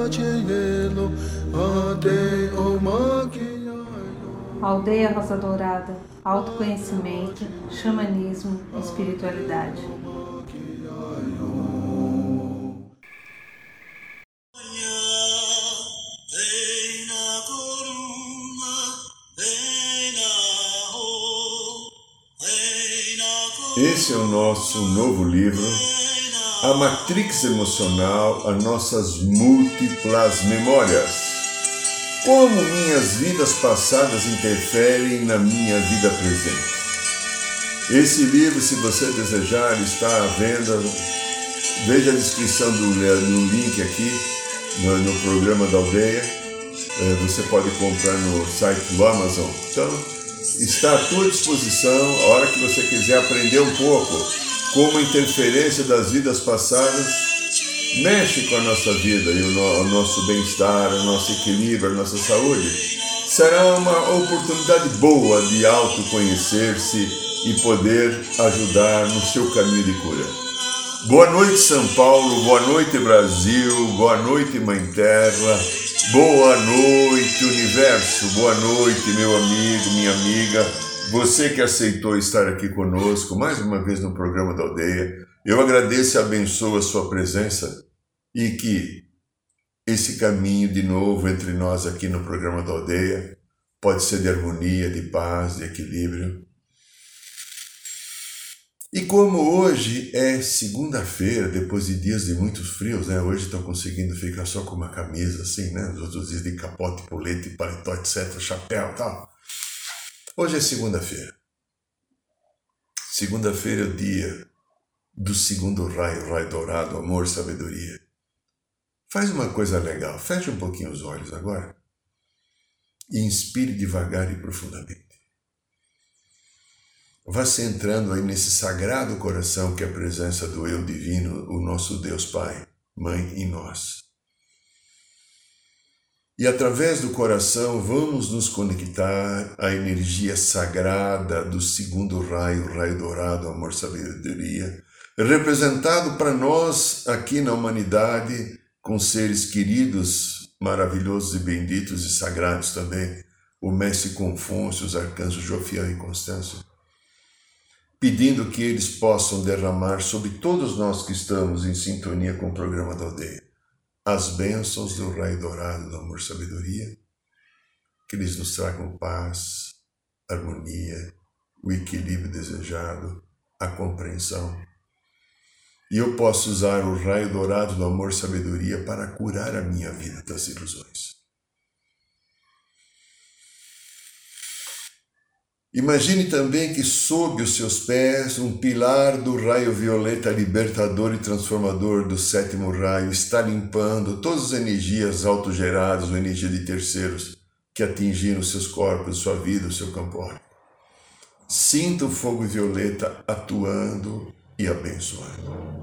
Aldeia Rosa Dourada, autoconhecimento, xamanismo e espiritualidade. Esse é o nosso novo livro, A Matrix Emocional, as nossas múltiplas memórias. Como minhas vidas passadas interferem na minha vida presente. Esse livro, se você desejar, está à venda. Veja a descrição no link aqui, no programa da Aldeia. Você pode comprar no site do Amazon. Então, está à tua disposição, a hora que você quiser aprender um pouco como a interferência das vidas passadas mexe com a nossa vida e o nosso bem-estar, o nosso equilíbrio, a nossa saúde. Será uma oportunidade boa de autoconhecer-se e poder ajudar no seu caminho de cura. Boa noite, São Paulo, boa noite, Brasil, boa noite, Mãe Terra, boa noite, Universo, boa noite, meu amigo, minha amiga, você que aceitou estar aqui conosco mais uma vez no programa da Aldeia. Eu agradeço e abençoo a sua presença e que esse caminho de novo entre nós aqui no programa da Aldeia pode ser de harmonia, de paz, de equilíbrio. E como hoje é segunda-feira, depois de dias de muitos frios, né? Hoje estou conseguindo ficar só com uma camisa assim, né? Os outros dias de capote, polete, paletó, etc, chapéu e tal. Hoje é segunda-feira. Segunda-feira é o dia do segundo raio, raio dourado, amor, sabedoria. Faz uma coisa legal, feche um pouquinho os olhos agora e inspire devagar e profundamente. Vá se entrando aí nesse sagrado coração que é a presença do Eu Divino, o nosso Deus Pai, Mãe em nós. E através do coração vamos nos conectar à energia sagrada do segundo raio, raio dourado, amor, sabedoria, representado para nós aqui na humanidade com seres queridos, maravilhosos e benditos e sagrados também, o Mestre Confúcio, os arcanjos Jofiel e Constância, pedindo que eles possam derramar sobre todos nós que estamos em sintonia com o programa da Aldeia as bênçãos do raio dourado do amor sabedoria, que eles nos tragam paz, harmonia, o equilíbrio desejado, a compreensão. E eu posso usar o raio dourado do amor sabedoria para curar a minha vida das ilusões. Imagine também que sob os seus pés um pilar do raio violeta libertador e transformador do sétimo raio está limpando todas as energias autogeradas ou energia de terceiros que atingiram seus corpos, sua vida, o seu campo áurico. Sinta o fogo violeta atuando e abençoando.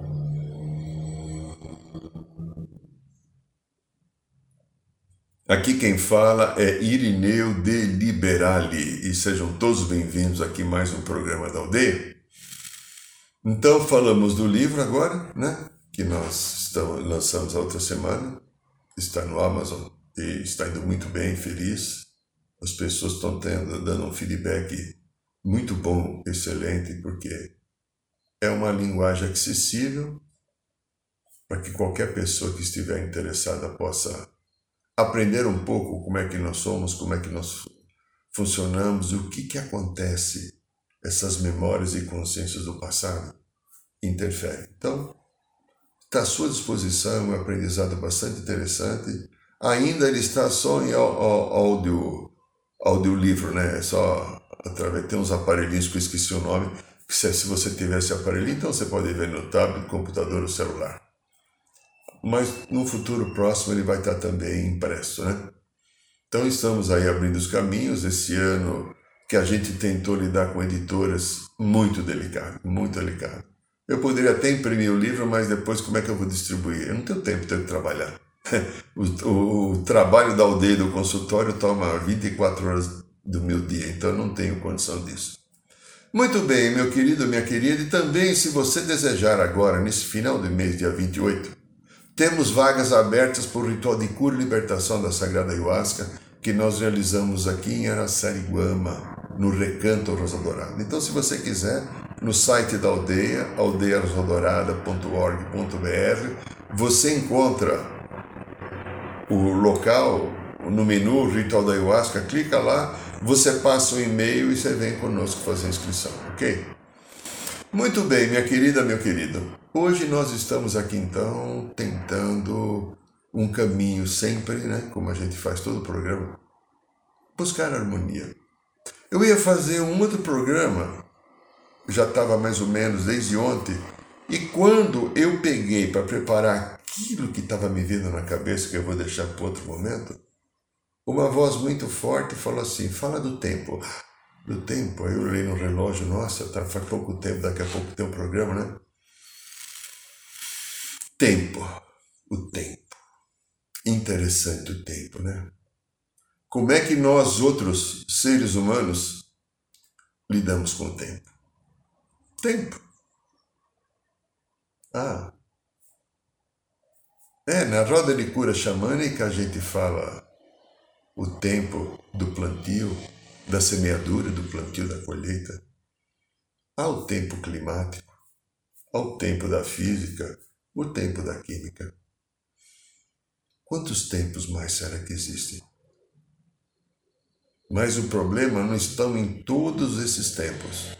Aqui quem fala é Irineu de Liberali e sejam todos bem-vindos aqui mais um programa da Aldeia. Então falamos do livro agora, né? Que nós lançamos a outra semana, está no Amazon e está indo muito bem, feliz. As pessoas estão dando um feedback muito bom, excelente, porque é uma linguagem acessível para que qualquer pessoa que estiver interessada possa aprender um pouco como é que nós somos, como é que nós funcionamos, o que acontece, essas memórias e consciências do passado interferem. Então, está à sua disposição, um aprendizado bastante interessante. Ainda ele está só em audiolivro, né? Só através, tem uns aparelhinhos que eu esqueci o nome, que se você tiver esse aparelhinho, então você pode ver no tablet, computador ou celular. Mas no futuro próximo ele vai estar também impresso, né? Então estamos aí abrindo os caminhos. Esse ano que a gente tentou lidar com editoras, muito delicado, muito delicado. Eu poderia até imprimir o livro, mas depois como é que eu vou distribuir? Eu não tenho tempo de trabalhar. O trabalho da Aldeia do consultório toma 24 horas do meu dia, então eu não tenho condição disso. Muito bem, meu querido, minha querida, e também se você desejar agora, nesse final do mês, dia 28, Temos vagas abertas para o ritual de cura e libertação da Sagrada Ayahuasca, que nós realizamos aqui em Araçariguama, no Recanto Rosa Dourada. Então, se você quiser, no site da aldeia, aldeiarosodorada.org.br, você encontra o local, no menu Ritual da Ayahuasca, clica lá, você passa um e-mail e você vem conosco fazer a inscrição, ok? Muito bem, minha querida, meu querido. Hoje nós estamos aqui, então, tentando um caminho sempre, né, como a gente faz todo o programa, buscar harmonia. Eu ia fazer um outro programa, já estava mais ou menos desde ontem, e quando eu peguei para preparar aquilo que estava me vindo na cabeça, que eu vou deixar para outro momento, uma voz muito forte falou assim, fala do tempo. Do tempo, aí eu olhei no relógio, nossa, faz pouco tempo, daqui a pouco tem um programa, né? Tempo, o tempo. Interessante o tempo, né? Como é que nós, outros seres humanos, lidamos com o tempo? Tempo. Na roda de cura xamânica a gente fala o tempo do plantio, da semeadura, do plantio, da colheita. Há o tempo climático, há o tempo da física, o tempo da química. Quantos tempos mais será que existem? Mas o problema não está em todos esses tempos.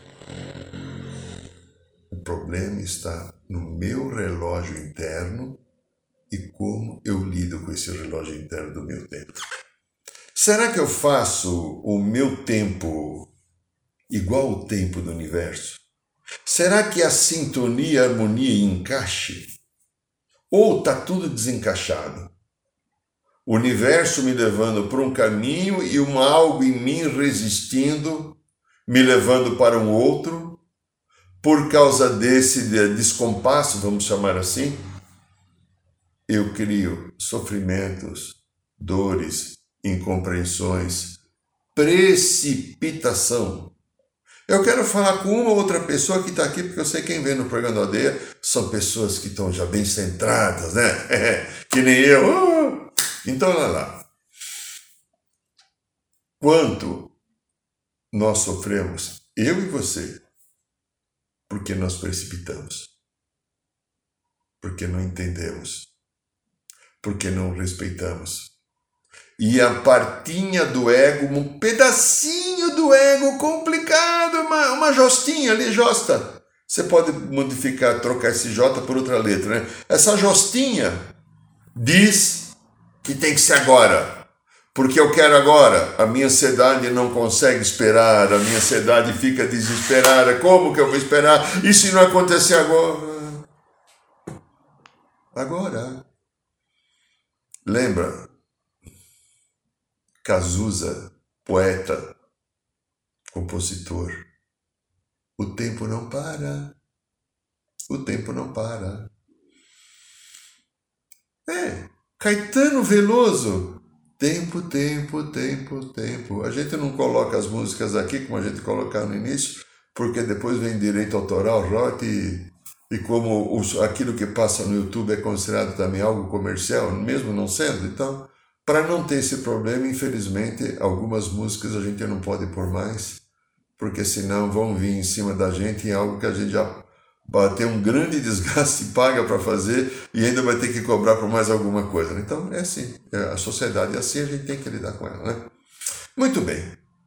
O problema está no meu relógio interno e como eu lido com esse relógio interno do meu tempo. Será que eu faço o meu tempo igual ao tempo do universo? Será que a sintonia e a harmonia encaixe? Ou está tudo desencaixado? O universo me levando para um caminho e algo em mim resistindo, me levando para um outro, por causa desse descompasso, vamos chamar assim, eu crio sofrimentos, dores, incompreensões, precipitação. Eu quero falar com uma ou outra pessoa que está aqui, porque eu sei quem vem no programa da aldeia são pessoas que estão já bem centradas, né? Que nem eu. Então, olha lá. Quanto nós sofremos, eu e você, porque nós precipitamos, porque não entendemos, porque não respeitamos. E a partinha do ego, um pedacinho do ego complicado, uma jostinha ali, josta. Você pode modificar, trocar esse J por outra letra, né? Essa jostinha diz que tem que ser agora. Porque eu quero agora. A minha ansiedade não consegue esperar, a minha ansiedade fica desesperada. Como que eu vou esperar? E se não acontecer agora? Agora. Lembra? Cazuza, poeta, compositor. O tempo não para. O tempo não para. Caetano Veloso. Tempo, tempo, tempo, tempo. A gente não coloca as músicas aqui como a gente colocava no início, porque depois vem direito autoral, royalty, e como aquilo que passa no YouTube é considerado também algo comercial, mesmo não sendo, então, para não ter esse problema, infelizmente, algumas músicas a gente não pode pôr mais, porque senão vão vir em cima da gente em algo que a gente já vai ter um grande desgaste, paga para fazer e ainda vai ter que cobrar por mais alguma coisa. Então, é assim, a sociedade é assim, a gente tem que lidar com ela, né? Muito bem.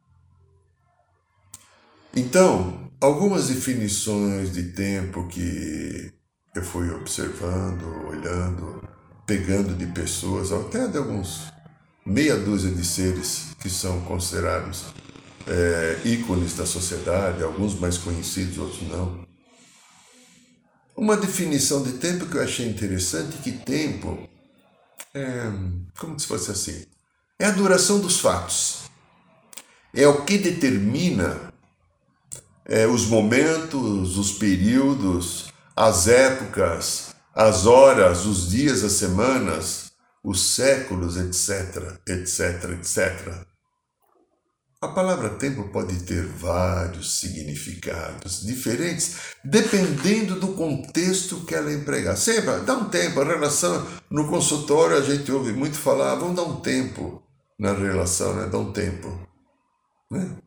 Então, algumas definições de tempo que eu fui observando, olhando, pegando de pessoas, até de alguns meia dúzia de seres que são considerados ícones da sociedade, alguns mais conhecidos, outros não. Uma definição de tempo que eu achei interessante, que tempo como se fosse assim, é a duração dos fatos, é o que determina os momentos, os períodos, as épocas, as horas, os dias, as semanas, os séculos, etc, etc, etc. A palavra tempo pode ter vários significados diferentes, dependendo do contexto que ela empregar. Sempre dá um tempo, a relação no consultório a gente ouve muito falar, vamos dar um tempo na relação, né? Dá um tempo, né?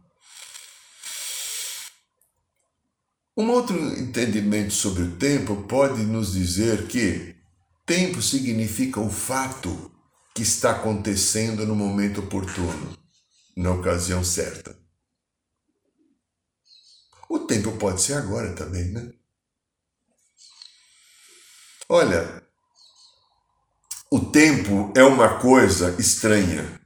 Um outro entendimento sobre o tempo pode nos dizer que tempo significa o fato que está acontecendo no momento oportuno, na ocasião certa. O tempo pode ser agora também, né? Olha, o tempo é uma coisa estranha.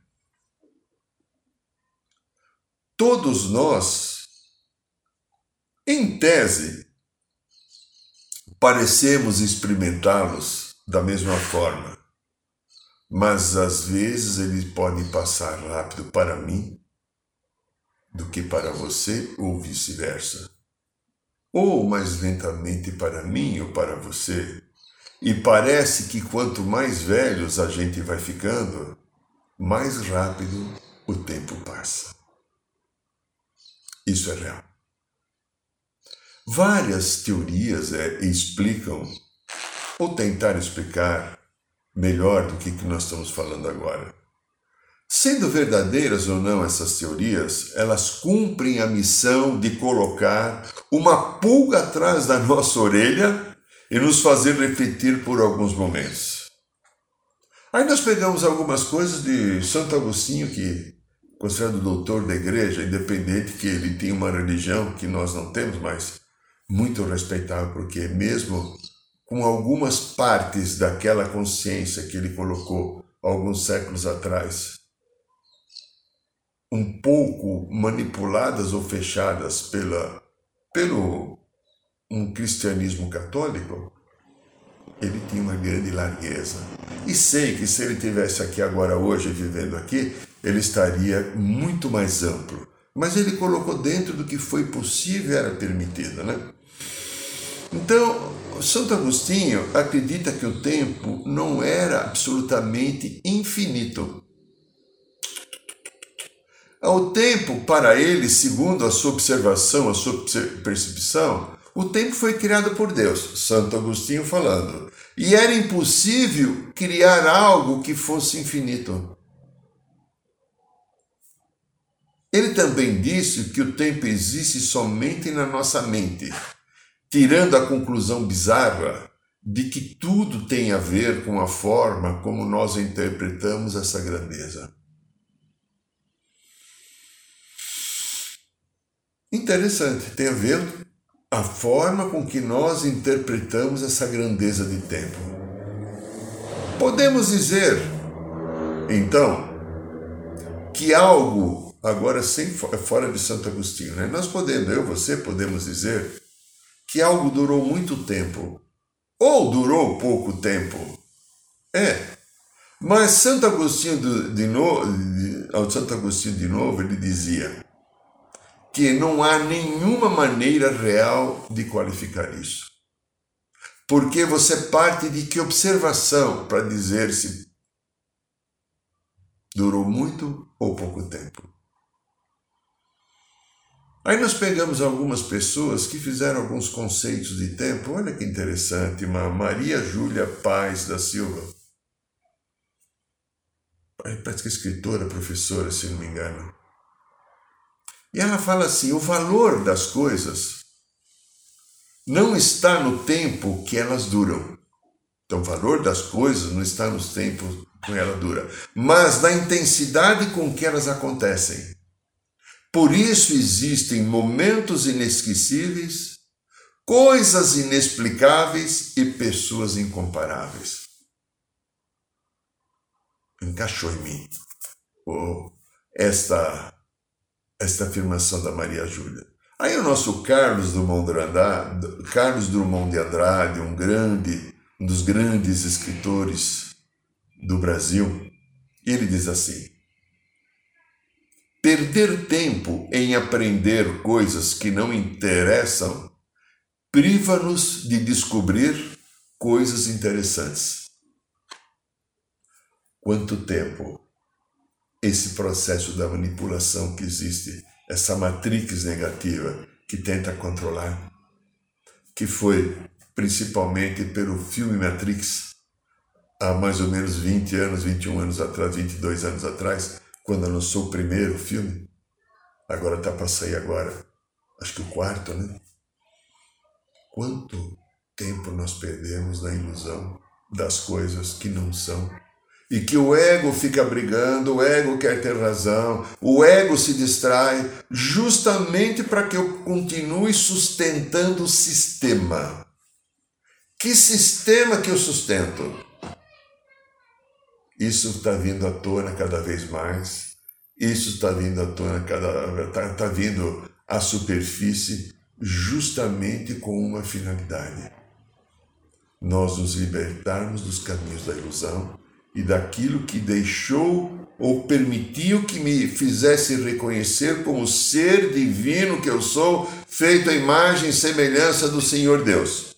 Todos nós, em tese, parecemos experimentá-los da mesma forma, mas às vezes ele pode passar rápido para mim do que para você ou vice-versa, ou mais lentamente para mim ou para você. E parece que quanto mais velhos a gente vai ficando, mais rápido o tempo passa. Isso é real. Várias teorias explicam, ou tentaram explicar, melhor do que nós estamos falando agora. Sendo verdadeiras ou não essas teorias, elas cumprem a missão de colocar uma pulga atrás da nossa orelha e nos fazer refletir por alguns momentos. Aí nós pegamos algumas coisas de Santo Agostinho, que é considerado doutor da igreja, independente que ele tinha uma religião que nós não temos, mas muito respeitável, porque mesmo com algumas partes daquela consciência que ele colocou alguns séculos atrás, um pouco manipuladas ou fechadas pelo um cristianismo católico, ele tinha uma grande largueza. E sei que se ele estivesse aqui agora, hoje, vivendo aqui, ele estaria muito mais amplo. Mas ele colocou dentro do que foi possível e era permitido, né? Então, Santo Agostinho acredita que o tempo não era absolutamente infinito. O tempo, para ele, segundo a sua observação, a sua percepção, o tempo foi criado por Deus, Santo Agostinho falando. E era impossível criar algo que fosse infinito. Ele também disse que o tempo existe somente na nossa mente, tirando a conclusão bizarra de que tudo tem a ver com a forma como nós interpretamos essa grandeza. Interessante, tem a ver a forma com que nós interpretamos essa grandeza de tempo. Podemos dizer, então, que algo, agora fora de Santo Agostinho, né? Nós podemos, eu, você, podemos dizer que algo durou muito tempo, ou durou pouco tempo. Mas Santo Agostinho de novo, ele dizia que não há nenhuma maneira real de qualificar isso. Porque você parte de que observação para dizer se durou muito ou pouco tempo. Aí nós pegamos algumas pessoas que fizeram alguns conceitos de tempo. Olha que interessante, uma Maria Júlia Paz da Silva. Parece que é escritora, professora, se não me engano. E ela fala assim, o valor das coisas não está no tempo que elas duram. Então, o valor das coisas não está nos tempos que ela dura, mas na intensidade com que elas acontecem. Por isso existem momentos inesquecíveis, coisas inexplicáveis e pessoas incomparáveis. Encaixou em mim esta afirmação da Maria Júlia. Aí o nosso Carlos Drummond de Andrade, um dos grandes escritores do Brasil, ele diz assim: perder tempo em aprender coisas que não interessam priva-nos de descobrir coisas interessantes. Quanto tempo esse processo da manipulação que existe, essa matrix negativa que tenta controlar, que foi principalmente pelo filme Matrix, há mais ou menos 20 anos, 21 anos atrás, 22 anos atrás, quando lançou o primeiro filme. Agora está para sair agora, acho que o quarto, né? Quanto tempo nós perdemos na ilusão das coisas que não são. E que o ego fica brigando, o ego quer ter razão, o ego se distrai justamente para que eu continue sustentando o sistema. Que sistema que eu sustento? Isso está vindo à tona cada vez mais, isso está vindo à tona, está vindo à superfície justamente com uma finalidade. Nós nos libertarmos dos caminhos da ilusão e daquilo que deixou ou permitiu que me fizesse reconhecer como ser divino que eu sou, feito à imagem e semelhança do Senhor Deus.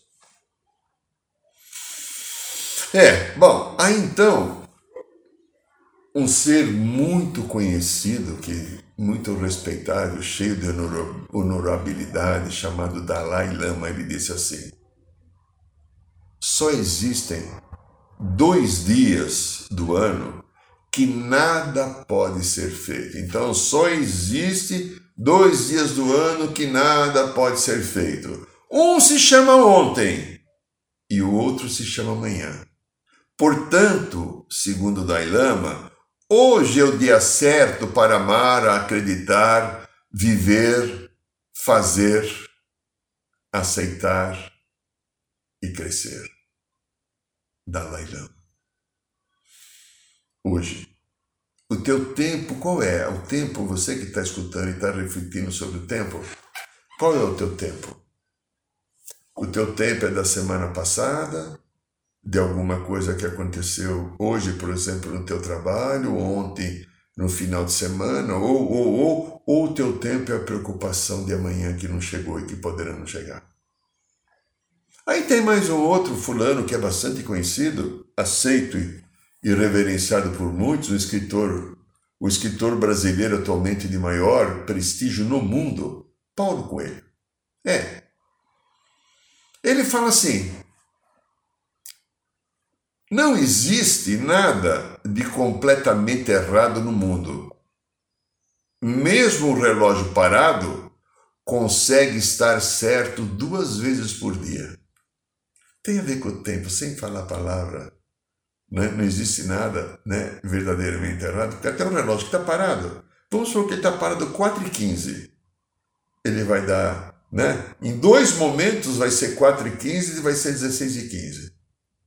Bom, aí então, um ser muito conhecido, muito respeitado, cheio de honorabilidade, chamado Dalai Lama, ele disse assim: só existem 2 dias do ano que nada pode ser feito. Então, só existe 2 dias do ano que nada pode ser feito. Um se chama ontem e o outro se chama amanhã. Portanto, segundo o Dalai Lama, hoje é o dia certo para amar, acreditar, viver, fazer, aceitar e crescer. Dalai Lama. Hoje, o teu tempo qual é? O tempo, você que está escutando e está refletindo sobre o tempo, qual é o teu tempo? O teu tempo é da semana passada, de alguma coisa que aconteceu hoje, por exemplo, no teu trabalho, ontem, no final de semana, ou o teu tempo é a preocupação de amanhã que não chegou e que poderá não chegar. Aí tem mais um outro fulano que é bastante conhecido, aceito e reverenciado por muitos, o escritor brasileiro atualmente de maior prestígio no mundo, Paulo Coelho. Ele fala assim: não existe nada de completamente errado no mundo. Mesmo o relógio parado consegue estar certo 2 vezes por dia. Tem a ver com o tempo, sem falar a palavra. Não existe nada, verdadeiramente errado, porque até o relógio que está parado, vamos supor que ele está parado 4h15. Ele vai dar, em 2 momentos vai ser 4h15 e vai ser 16h15.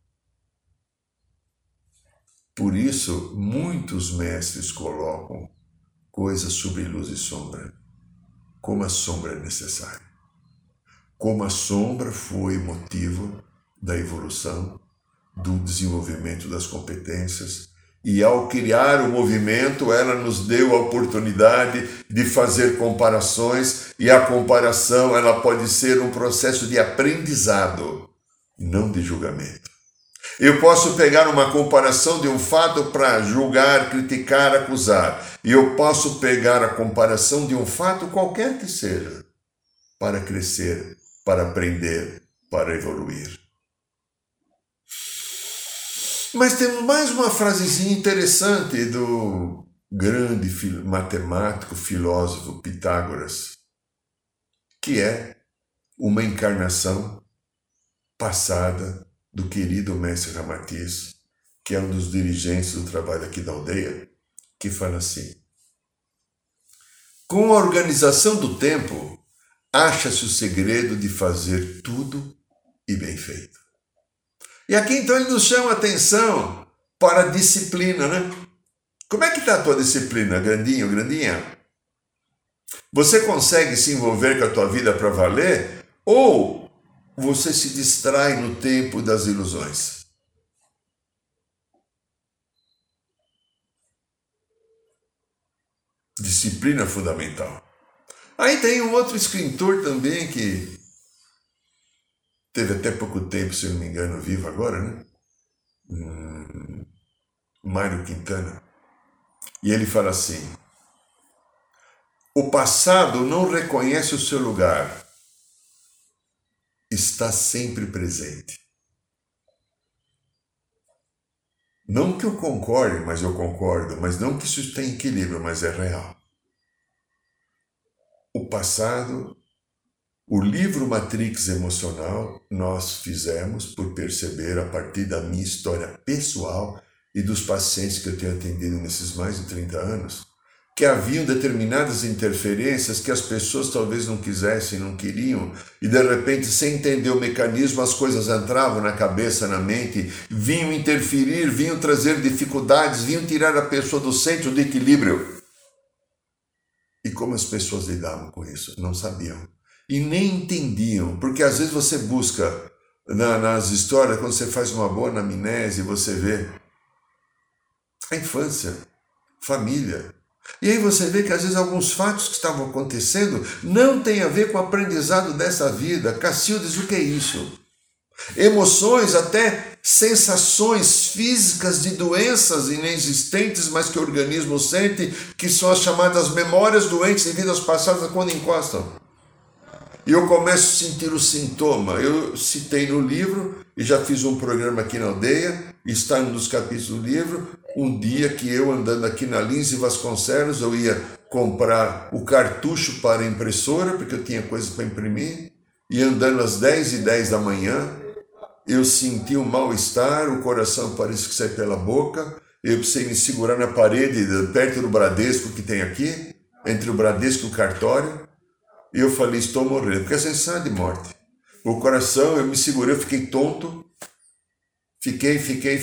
Por isso, muitos mestres colocam coisas sobre luz e sombra, como a sombra é necessária. Como a sombra foi motivo da evolução, do desenvolvimento das competências, e ao criar o movimento, ela nos deu a oportunidade de fazer comparações, e a comparação ela pode ser um processo de aprendizado, não de julgamento. Eu posso pegar uma comparação de um fato para julgar, criticar, acusar. E eu posso pegar a comparação de um fato qualquer que seja, para crescer, para aprender, para evoluir. Mas temos mais uma frasezinha interessante do grande matemático, filósofo Pitágoras, que é uma encarnação passada do querido mestre Ramatiz, que é um dos dirigentes do trabalho aqui da aldeia, que fala assim: com a organização do tempo, acha-se o segredo de fazer tudo e bem feito. E aqui então ele nos chama a atenção para a disciplina, Como é que está a tua disciplina, grandinho, grandinha? Você consegue se envolver com a tua vida para valer? Ou você se distrai no tempo das ilusões? Disciplina fundamental. Aí tem um outro escritor também que teve até pouco tempo, se eu não me engano, vivo agora, Mário Quintana. E ele fala assim: o passado não reconhece o seu lugar, está sempre presente. Não que eu concorde, mas eu concordo, mas não que isso tenha equilíbrio, mas é real. O passado, o livro Matrix Emocional, nós fizemos por perceber a partir da minha história pessoal e dos pacientes que eu tenho atendido nesses mais de 30 anos, que haviam determinadas interferências que as pessoas talvez não quisessem, não queriam, e de repente, sem entender o mecanismo, as coisas entravam na cabeça, na mente, vinham interferir, vinham trazer dificuldades, vinham tirar a pessoa do centro de equilíbrio. E como as pessoas lidavam com isso? Não sabiam. E nem entendiam, porque às vezes você busca nas histórias, quando você faz uma boa anamnese, você vê a infância, família. E aí você vê que às vezes alguns fatos que estavam acontecendo não têm a ver com o aprendizado dessa vida. Cacildes, o que é isso? Emoções, até sensações físicas de doenças inexistentes, mas que o organismo sente, que são as chamadas memórias doentes de vidas passadas quando encostam. E eu começo a sentir o sintoma. Eu citei no livro, e já fiz um programa aqui na aldeia, está em um dos capítulos do livro, um dia que eu andando aqui na Lins e Vasconcelos, eu ia comprar o cartucho para a impressora, porque eu tinha coisa para imprimir, e andando às 10h10 da manhã, eu senti um mal-estar, o coração parece que sai pela boca, eu precisei me segurar na parede, perto do Bradesco que tem aqui, entre o Bradesco e o cartório, e eu falei, estou morrendo, porque a sensação é de morte. O coração, eu me segurei, eu fiquei tonto, fiquei,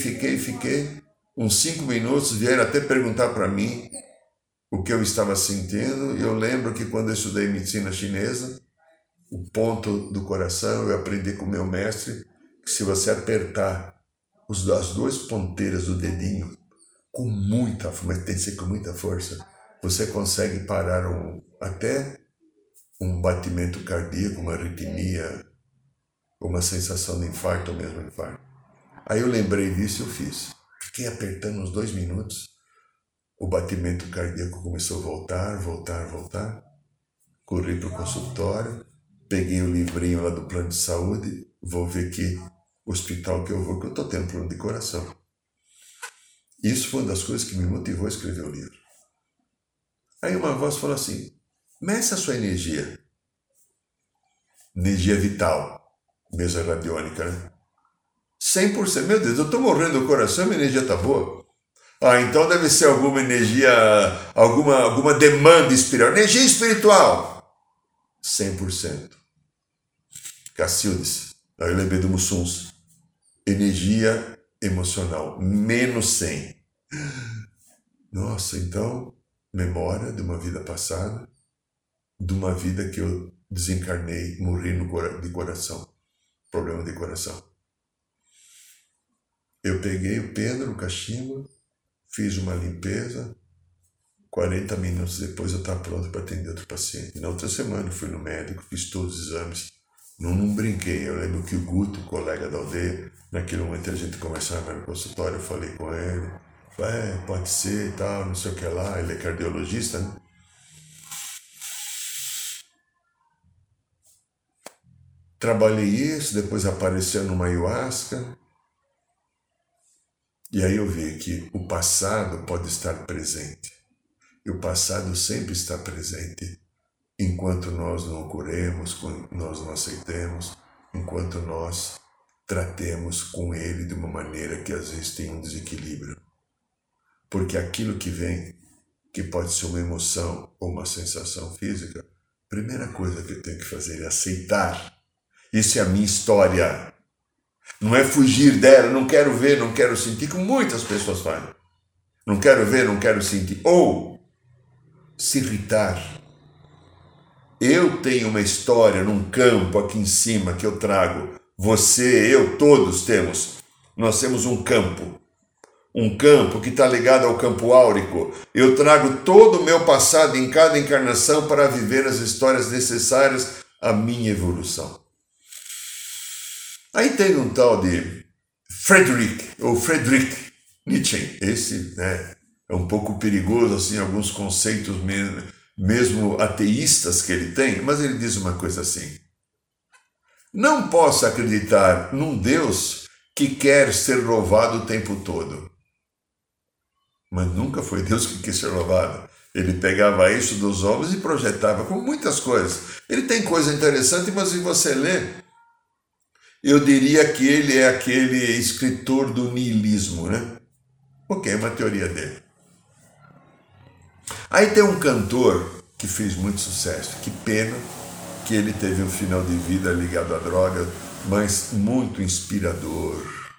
uns 5 minutos, vieram até perguntar para mim o que eu estava sentindo, e eu lembro que quando eu estudei medicina chinesa, o ponto do coração, eu aprendi com o meu mestre, que se você apertar as 2 ponteiras do dedinho com muita força, mas tem que ser com muita força, você consegue parar até um batimento cardíaco, uma arritmia, uma sensação de infarto ou mesmo infarto. Aí eu lembrei disso e eu fiz. Fiquei apertando uns 2 minutos, o batimento cardíaco começou a voltar. Corri para o consultório, peguei o livrinho lá do plano de saúde, vou ver que hospital que eu vou, que eu estou tendo problema de coração. Isso foi uma das coisas que me motivou a escrever o livro. Aí uma voz falou assim, meça a sua energia vital, mesa radiônica, né? 100%, meu Deus, eu estou morrendo do coração, minha energia está boa. Então deve ser alguma energia, alguma demanda espiritual. Energia espiritual, 100%. Cacildes, aí eu lembrei do Mussuns. Energia emocional, menos 100. Nossa, então, memória de uma vida passada, de uma vida que eu desencarnei, morri de coração, problema de coração. Eu peguei o Pedro, o cachimbo, fiz uma limpeza, 40 minutos depois eu estava pronto para atender outro paciente. Na outra semana eu fui no médico, fiz todos os exames, não brinquei. Eu lembro que o Guto, colega da aldeia, naquele momento a gente conversava no consultório, eu falei com ele, pode ser e tal, não sei o que lá, ele é cardiologista, né? Trabalhei isso, depois apareceu numa ayahuasca, e aí eu vi que o passado pode estar presente. E o passado sempre está presente, enquanto nós não o curemos, nós não aceitemos, enquanto nós tratemos com ele de uma maneira que às vezes tem um desequilíbrio. Porque aquilo que vem, que pode ser uma emoção ou uma sensação física, a primeira coisa que eu tenho que fazer é aceitar. Isso é a minha história. Não é fugir dela, não quero ver, não quero sentir, como muitas pessoas fazem. Não quero ver, não quero sentir. Ou se irritar. Eu tenho uma história num campo aqui em cima que eu trago. Você, eu, todos temos. Nós temos um campo que está ligado ao campo áurico. Eu trago todo o meu passado em cada encarnação para viver as histórias necessárias à minha evolução. Aí tem um tal de Friedrich Nietzsche, esse, né, É um pouco perigoso, assim, alguns conceitos mesmo ateístas que ele tem, mas ele diz uma coisa assim: não posso acreditar num Deus que quer ser louvado o tempo todo. Mas nunca foi Deus que quis ser louvado. Ele pegava isso dos homens e projetava com muitas coisas. Ele tem coisa interessante, mas se você ler, eu diria que ele é aquele escritor do niilismo, né? Ok, é uma teoria dele. Aí tem um cantor que fez muito sucesso. Que pena que ele teve um final de vida ligado à droga, mas muito inspirador.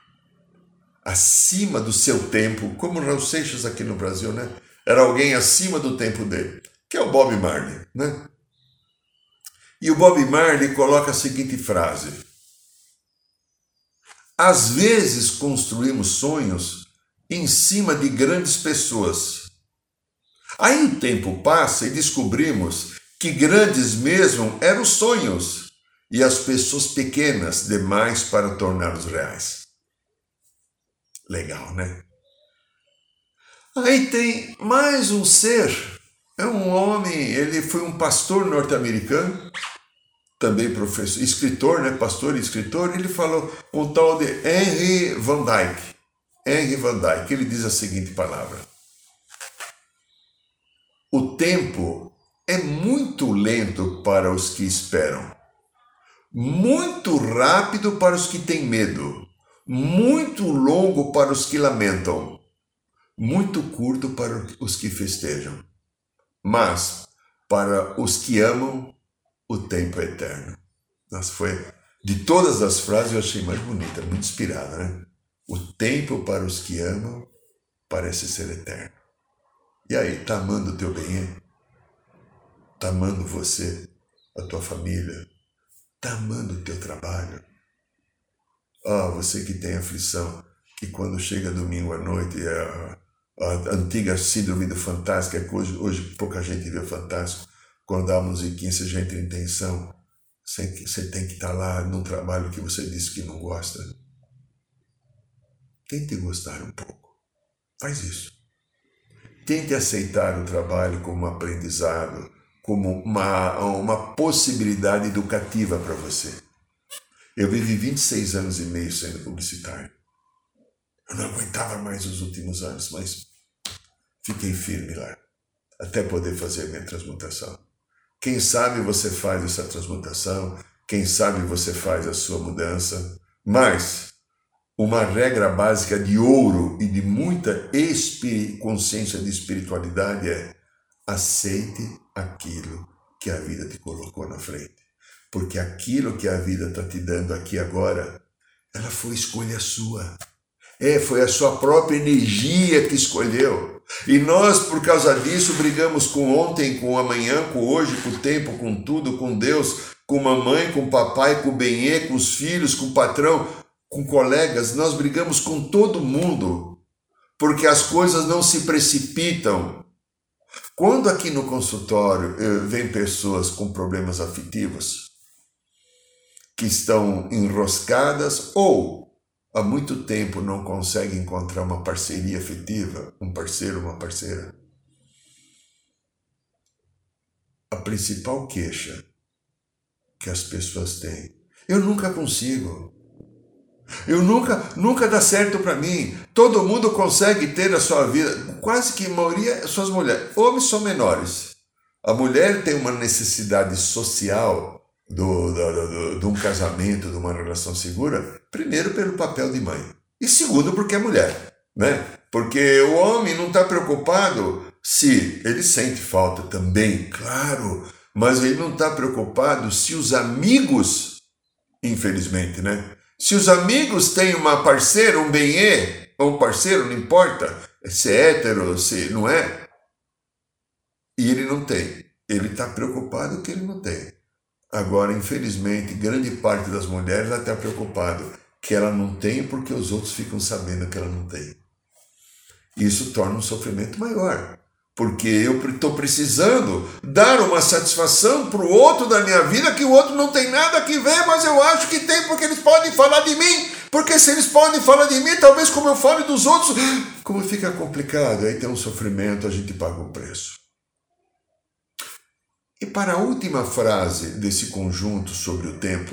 Acima do seu tempo, como o Raul Seixas aqui no Brasil, né? Era alguém acima do tempo dele, que é o Bob Marley, né? E o Bob Marley coloca a seguinte frase: às vezes construímos sonhos em cima de grandes pessoas. Aí o tempo passa e descobrimos que grandes mesmo eram os sonhos e as pessoas pequenas demais para torná-los reais. Legal, né? Aí tem mais um ser, é um homem, ele foi um pastor norte-americano, também professor, escritor, né? Pastor e escritor. Ele falou um tal de Henry Van Dyke. Henry Van Dyke, ele diz a seguinte palavra: o tempo é muito lento para os que esperam, muito rápido para os que têm medo, muito longo para os que lamentam, muito curto para os que festejam, mas para os que amam, o tempo é eterno. Nossa, foi de todas as frases eu achei mais bonita, muito inspirada, né? O tempo para os que amam parece ser eterno. E aí, tá amando o teu bem? Tá amando você, a tua família? Tá amando o teu trabalho? Você que tem aflição, que quando chega domingo à noite, a antiga síndrome do Fantástico, é que hoje pouca gente vê o Fantástico, quando dá a musiquinha, você já entra em tensão, você tem que estar lá num trabalho que você disse que não gosta. Tente gostar um pouco. Faz isso. Tente aceitar o trabalho como um aprendizado, como uma possibilidade educativa para você. Eu vivi 26 anos e meio sendo publicitário. Eu não aguentava mais os últimos anos, mas fiquei firme lá, até poder fazer a minha transmutação. Quem sabe você faz essa transmutação, quem sabe você faz a sua mudança, mas uma regra básica de ouro e de muita consciência de espiritualidade é: aceite aquilo que a vida te colocou na frente. Porque aquilo que a vida está te dando aqui agora, ela foi escolha sua. Foi a sua própria energia que escolheu. E nós, por causa disso, brigamos com ontem, com amanhã, com hoje, com o tempo, com tudo, com Deus, com mamãe, com papai, com o benê, com os filhos, com o patrão, com colegas. Nós brigamos com todo mundo, porque as coisas não se precipitam. Quando aqui no consultório vem pessoas com problemas afetivos, que estão enroscadas ou há muito tempo não conseguem encontrar uma parceria afetiva, um parceiro, uma parceira, a principal queixa que as pessoas têm: eu nunca consigo. Eu nunca dá certo para mim. Todo mundo consegue ter a sua vida, quase que a maioria são as mulheres. Homens são menores. A mulher tem uma necessidade social de um casamento, de uma relação segura, primeiro pelo papel de mãe e segundo porque é mulher, né? Porque o homem não está preocupado se ele sente falta também, claro, mas ele não está preocupado se os amigos, infelizmente, né? Se os amigos têm uma parceira, um benê, ou um parceiro, não importa se é hétero, se não é, e ele não tem, ele está preocupado que ele não tem. Agora, infelizmente, grande parte das mulheres está preocupada que ela não tem porque os outros ficam sabendo que ela não tem. Isso torna um sofrimento maior, porque eu estou precisando dar uma satisfação para o outro da minha vida que o outro não tem nada que ver, mas eu acho que tem porque eles podem falar de mim, Porque se eles podem falar de mim, talvez como eu falo dos outros, como fica complicado, aí tem um sofrimento, a gente paga um preço. E para a última frase desse conjunto sobre o tempo,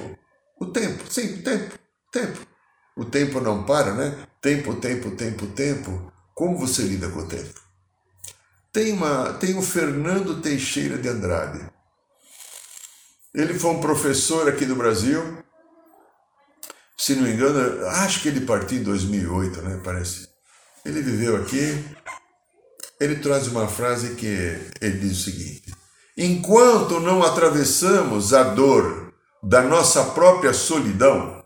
tempo. O tempo não para, né? Tempo. Como você lida com o tempo? Tem o Fernando Teixeira de Andrade. Ele foi um professor aqui do Brasil. Se não me engano, acho que ele partiu em 2008, né? Parece. Ele viveu aqui. Ele traz uma frase que ele diz o seguinte: enquanto não atravessamos a dor da nossa própria solidão,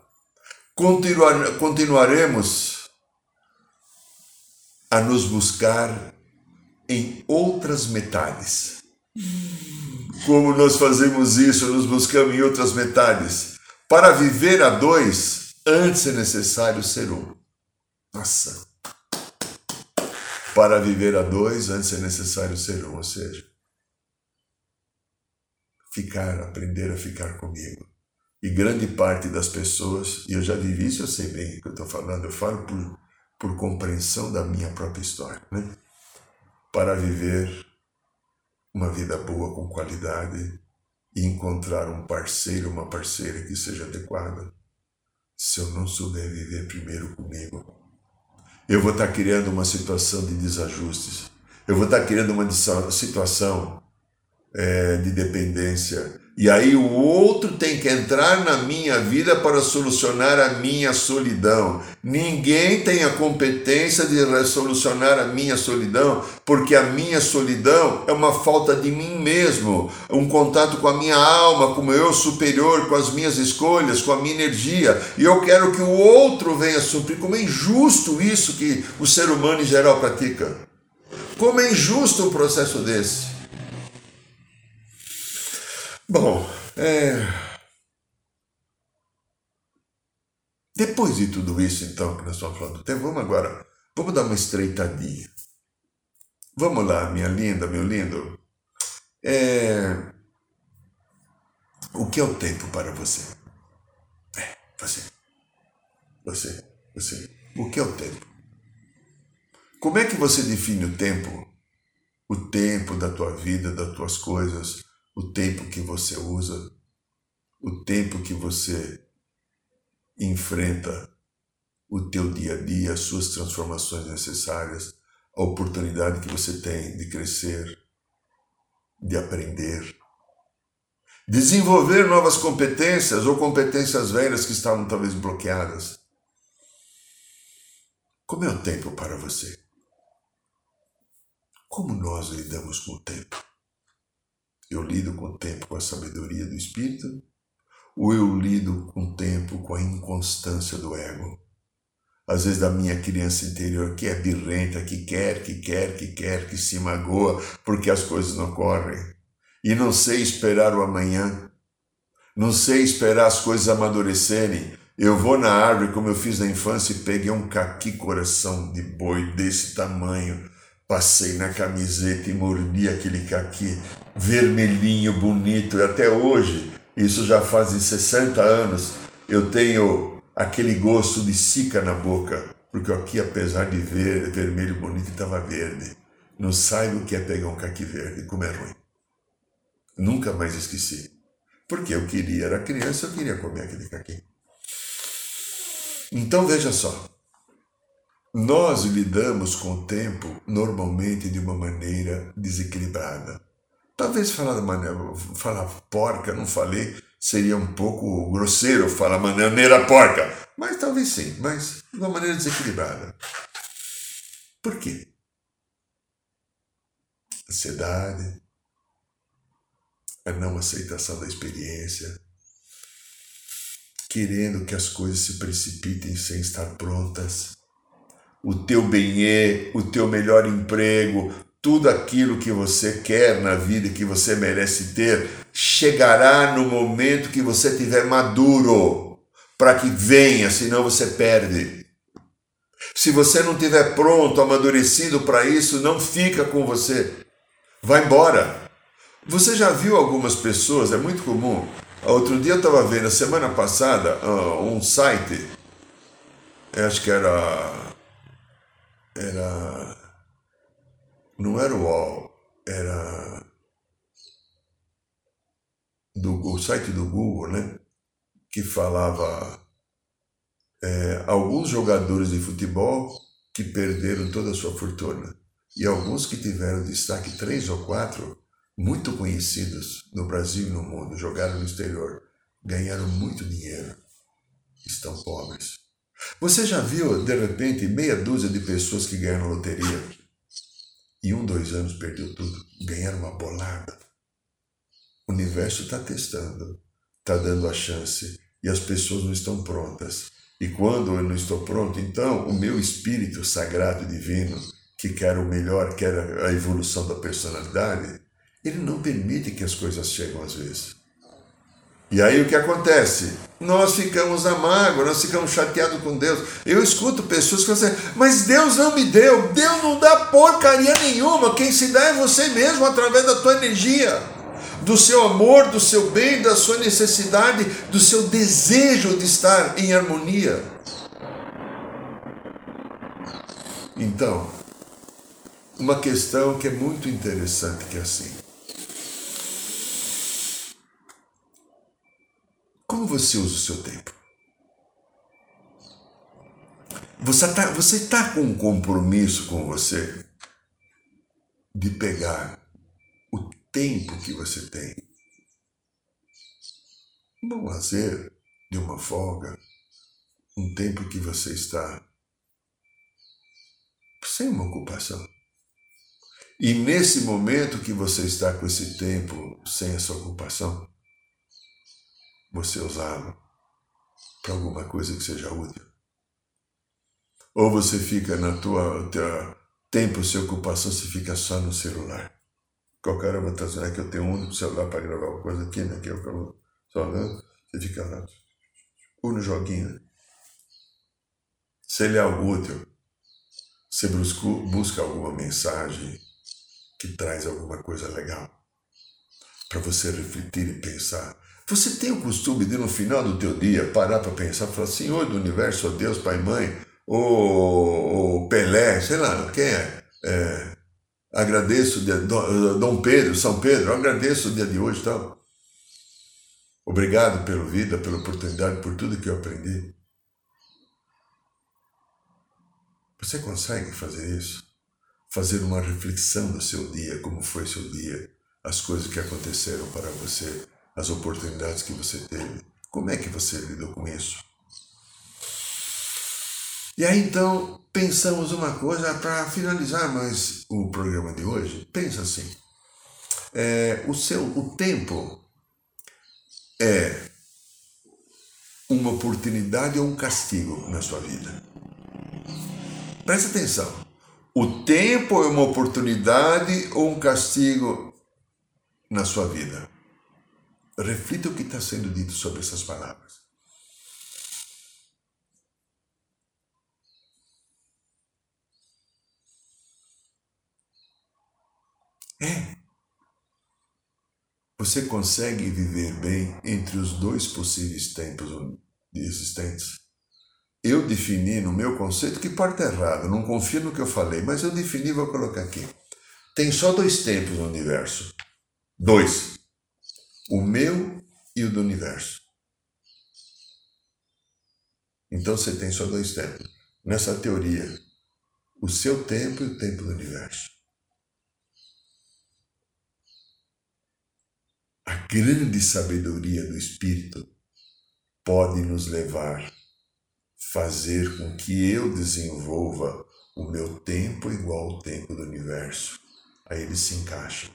continuaremos a nos buscar em outras metades. Como nós fazemos isso? Nos buscamos em outras metades. Para viver a dois, antes é necessário ser um. Nossa! Para viver a dois, antes é necessário ser um. Ou seja, aprender a ficar comigo. E grande parte das pessoas, e eu já vivi isso, eu sei bem o que eu estou falando, eu falo por compreensão da minha própria história, né? Para viver uma vida boa, com qualidade, e encontrar um parceiro, uma parceira que seja adequada, se eu não souber viver primeiro comigo, eu vou estar criando uma situação de desajustes, eu vou estar criando uma situação de dependência, e aí o outro tem que entrar na minha vida para solucionar a minha solidão. Ninguém tem a competência de solucionar a minha solidão, porque a minha solidão é uma falta de mim mesmo, um contato com a minha alma, com o meu eu superior, com as minhas escolhas, com a minha energia, e eu quero que o outro venha suprir. Como é injusto isso que o ser humano em geral pratica. Como é injusto um processo desse. Bom, depois de tudo isso, então, que nós estamos falando do tempo, vamos dar uma estreitadinha. Vamos lá, minha linda, meu lindo. O que é o tempo para você? Você. O que é o tempo? Como é que você define o tempo? O tempo da tua vida, das tuas coisas, o tempo que você usa, o tempo que você enfrenta o teu dia a dia, as suas transformações necessárias, a oportunidade que você tem de crescer, de aprender, desenvolver novas competências ou competências velhas que estavam talvez bloqueadas. Como é o tempo para você? Como nós lidamos com o tempo? Eu lido com o tempo com a sabedoria do Espírito, ou eu lido com o tempo com a inconstância do ego? Às vezes da minha criança interior, que é birrenta, que quer, que se magoa porque as coisas não correm. E não sei esperar o amanhã, não sei esperar as coisas amadurecerem. Eu vou na árvore, como eu fiz na infância, e peguei um caqui coração de boi desse tamanho, passei na camiseta e mordi aquele caqui vermelhinho, bonito, e até hoje, isso já faz 60 anos, eu tenho aquele gosto de sica na boca, porque aqui, apesar de vermelho bonito, estava verde. Não saiba o que é pegar um caqui verde, como é ruim. Nunca mais esqueci. Porque eu era criança, eu queria comer aquele caqui. Então veja só, nós lidamos com o tempo normalmente de uma maneira desequilibrada. Talvez falar porca, não falei, seria um pouco grosseiro falar maneira porca, mas talvez sim, mas de uma maneira desequilibrada. Por quê? Ansiedade, a não aceitação da experiência, querendo que as coisas se precipitem sem estar prontas, o teu bem-estar, o teu melhor emprego, tudo aquilo que você quer na vida e que você merece ter, chegará no momento que você estiver maduro, para que venha, senão você perde. Se você não estiver pronto, amadurecido para isso, não fica com você, vai embora. Você já viu algumas pessoas, é muito comum, outro dia eu estava vendo, semana passada, um site acho que não era o UOL, era o site do Google, né? Que falava alguns jogadores de futebol que perderam toda a sua fortuna e alguns que tiveram destaque, 3 ou 4, muito conhecidos no Brasil e no mundo, jogaram no exterior, ganharam muito dinheiro, estão pobres. Você já viu, de repente, meia dúzia de pessoas que ganharam loteria e 1, 2 anos perdeu tudo, ganharam uma bolada? O universo está testando, está dando a chance e as pessoas não estão prontas. E quando eu não estou pronto, então o meu espírito sagrado e divino, que quer o melhor, quer a evolução da personalidade, ele não permite que as coisas cheguem às vezes. E aí o que acontece? Nós ficamos na mágoa, nós ficamos chateados com Deus. Eu escuto pessoas que falam assim, mas Deus não me deu, Deus não dá porcaria nenhuma, quem se dá é você mesmo através da tua energia, do seu amor, do seu bem, da sua necessidade, do seu desejo de estar em harmonia. Então, uma questão que é muito interessante que é assim. Como você usa o seu tempo? Você está com um compromisso com você de pegar o tempo que você tem, um lazer, de uma folga, um tempo que você está sem uma ocupação. E nesse momento que você está com esse tempo sem essa ocupação, você usá-lo para alguma coisa que seja útil. Ou você fica na tua tempo sem ocupação, você fica só no celular. Qualquer hora está dizendo que eu tenho um único celular para gravar uma coisa aqui, né? Que eu falo só olhando, você fica lá. Ou no joguinho, né? Se ele é algo útil, você busca alguma mensagem que traz alguma coisa legal para você refletir e pensar. Você tem o costume de, no final do teu dia, parar para pensar, falar, Senhor do Universo, ó Deus, Pai e Mãe, ou Pelé, sei lá, quem é? Agradeço, Dom Pedro, São Pedro, agradeço o dia de hoje e tal. Obrigado pela vida, pela oportunidade, por tudo que eu aprendi. Você consegue fazer isso? Fazer uma reflexão do seu dia, como foi seu dia, as coisas que aconteceram para você, as oportunidades que você teve. Como é que você lidou com isso? E aí então, pensamos uma coisa para finalizar mais o programa de hoje. Pensa assim, o tempo é uma oportunidade ou um castigo na sua vida? Presta atenção. O tempo é uma oportunidade ou um castigo na sua vida? Reflita o que está sendo dito sobre essas palavras. Você consegue viver bem entre os dois possíveis tempos existentes? Eu defini no meu conceito, que parte errado, não confio no que eu falei, mas eu defini e vou colocar aqui. Tem só 2 tempos no universo. 2. O meu e o do universo. Então você tem só 2 tempos. Nessa teoria, o seu tempo e o tempo do universo. A grande sabedoria do Espírito pode nos levar, fazer com que eu desenvolva o meu tempo igual ao tempo do universo. Aí eles se encaixam.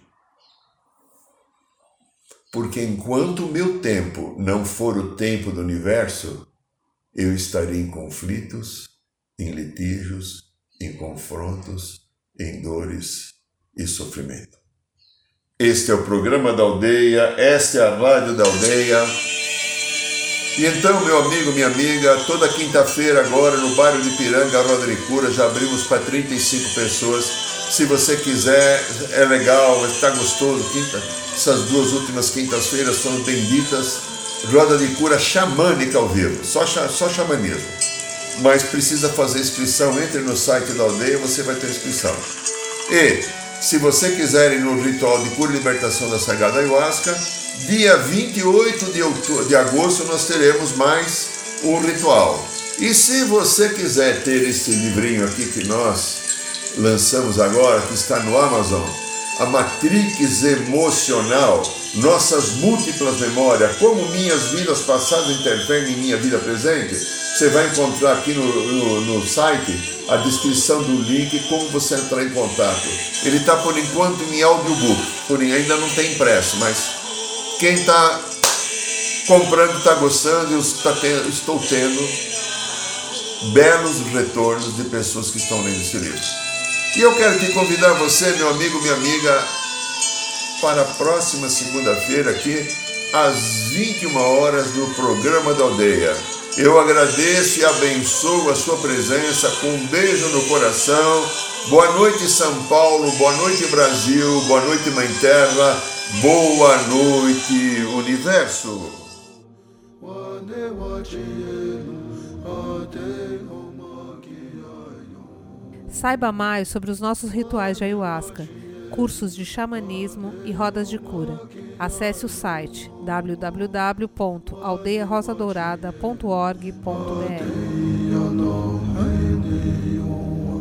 Porque enquanto o meu tempo não for o tempo do universo, eu estarei em conflitos, em litígios, em confrontos, em dores e sofrimento. Este é o programa da aldeia, esta é a rádio da aldeia. E então, meu amigo, minha amiga, toda quinta-feira agora no bairro de Ipiranga, Roda de Cura, já abrimos para 35 pessoas. Se você quiser, é legal, está gostoso. Essas 2 últimas quintas-feiras foram benditas. Roda de Cura xamânica ao vivo, só xamanismo. mas precisa fazer inscrição. Entre no site da aldeia, você vai ter inscrição. E se você quiser ir no ritual de cura e libertação da Sagrada Ayahuasca, dia 28 de agosto nós teremos mais um ritual. E se você quiser ter esse livrinho aqui que nós lançamos agora, que está no Amazon, a Matrix Emocional, Nossas Múltiplas Memórias, como minhas vidas passadas interferem em minha vida presente, você vai encontrar aqui no site a descrição do link, como você entrar em contato. Ele está por enquanto em audiobook, ainda não tem impresso, mas quem está comprando está gostando, estou tendo belos retornos de pessoas que estão lendo esse livro. E eu quero te convidar você, meu amigo, minha amiga, para a próxima segunda-feira aqui, às 21 horas, no programa da Aldeia. Eu agradeço e abençoo a sua presença com um beijo no coração. Boa noite, São Paulo, boa noite, Brasil, boa noite, Mãe Terra, boa noite, Universo. Saiba mais sobre os nossos rituais de Ayahuasca, cursos de xamanismo e rodas de cura. Acesse o site www.aldeiarosadourada.org.br.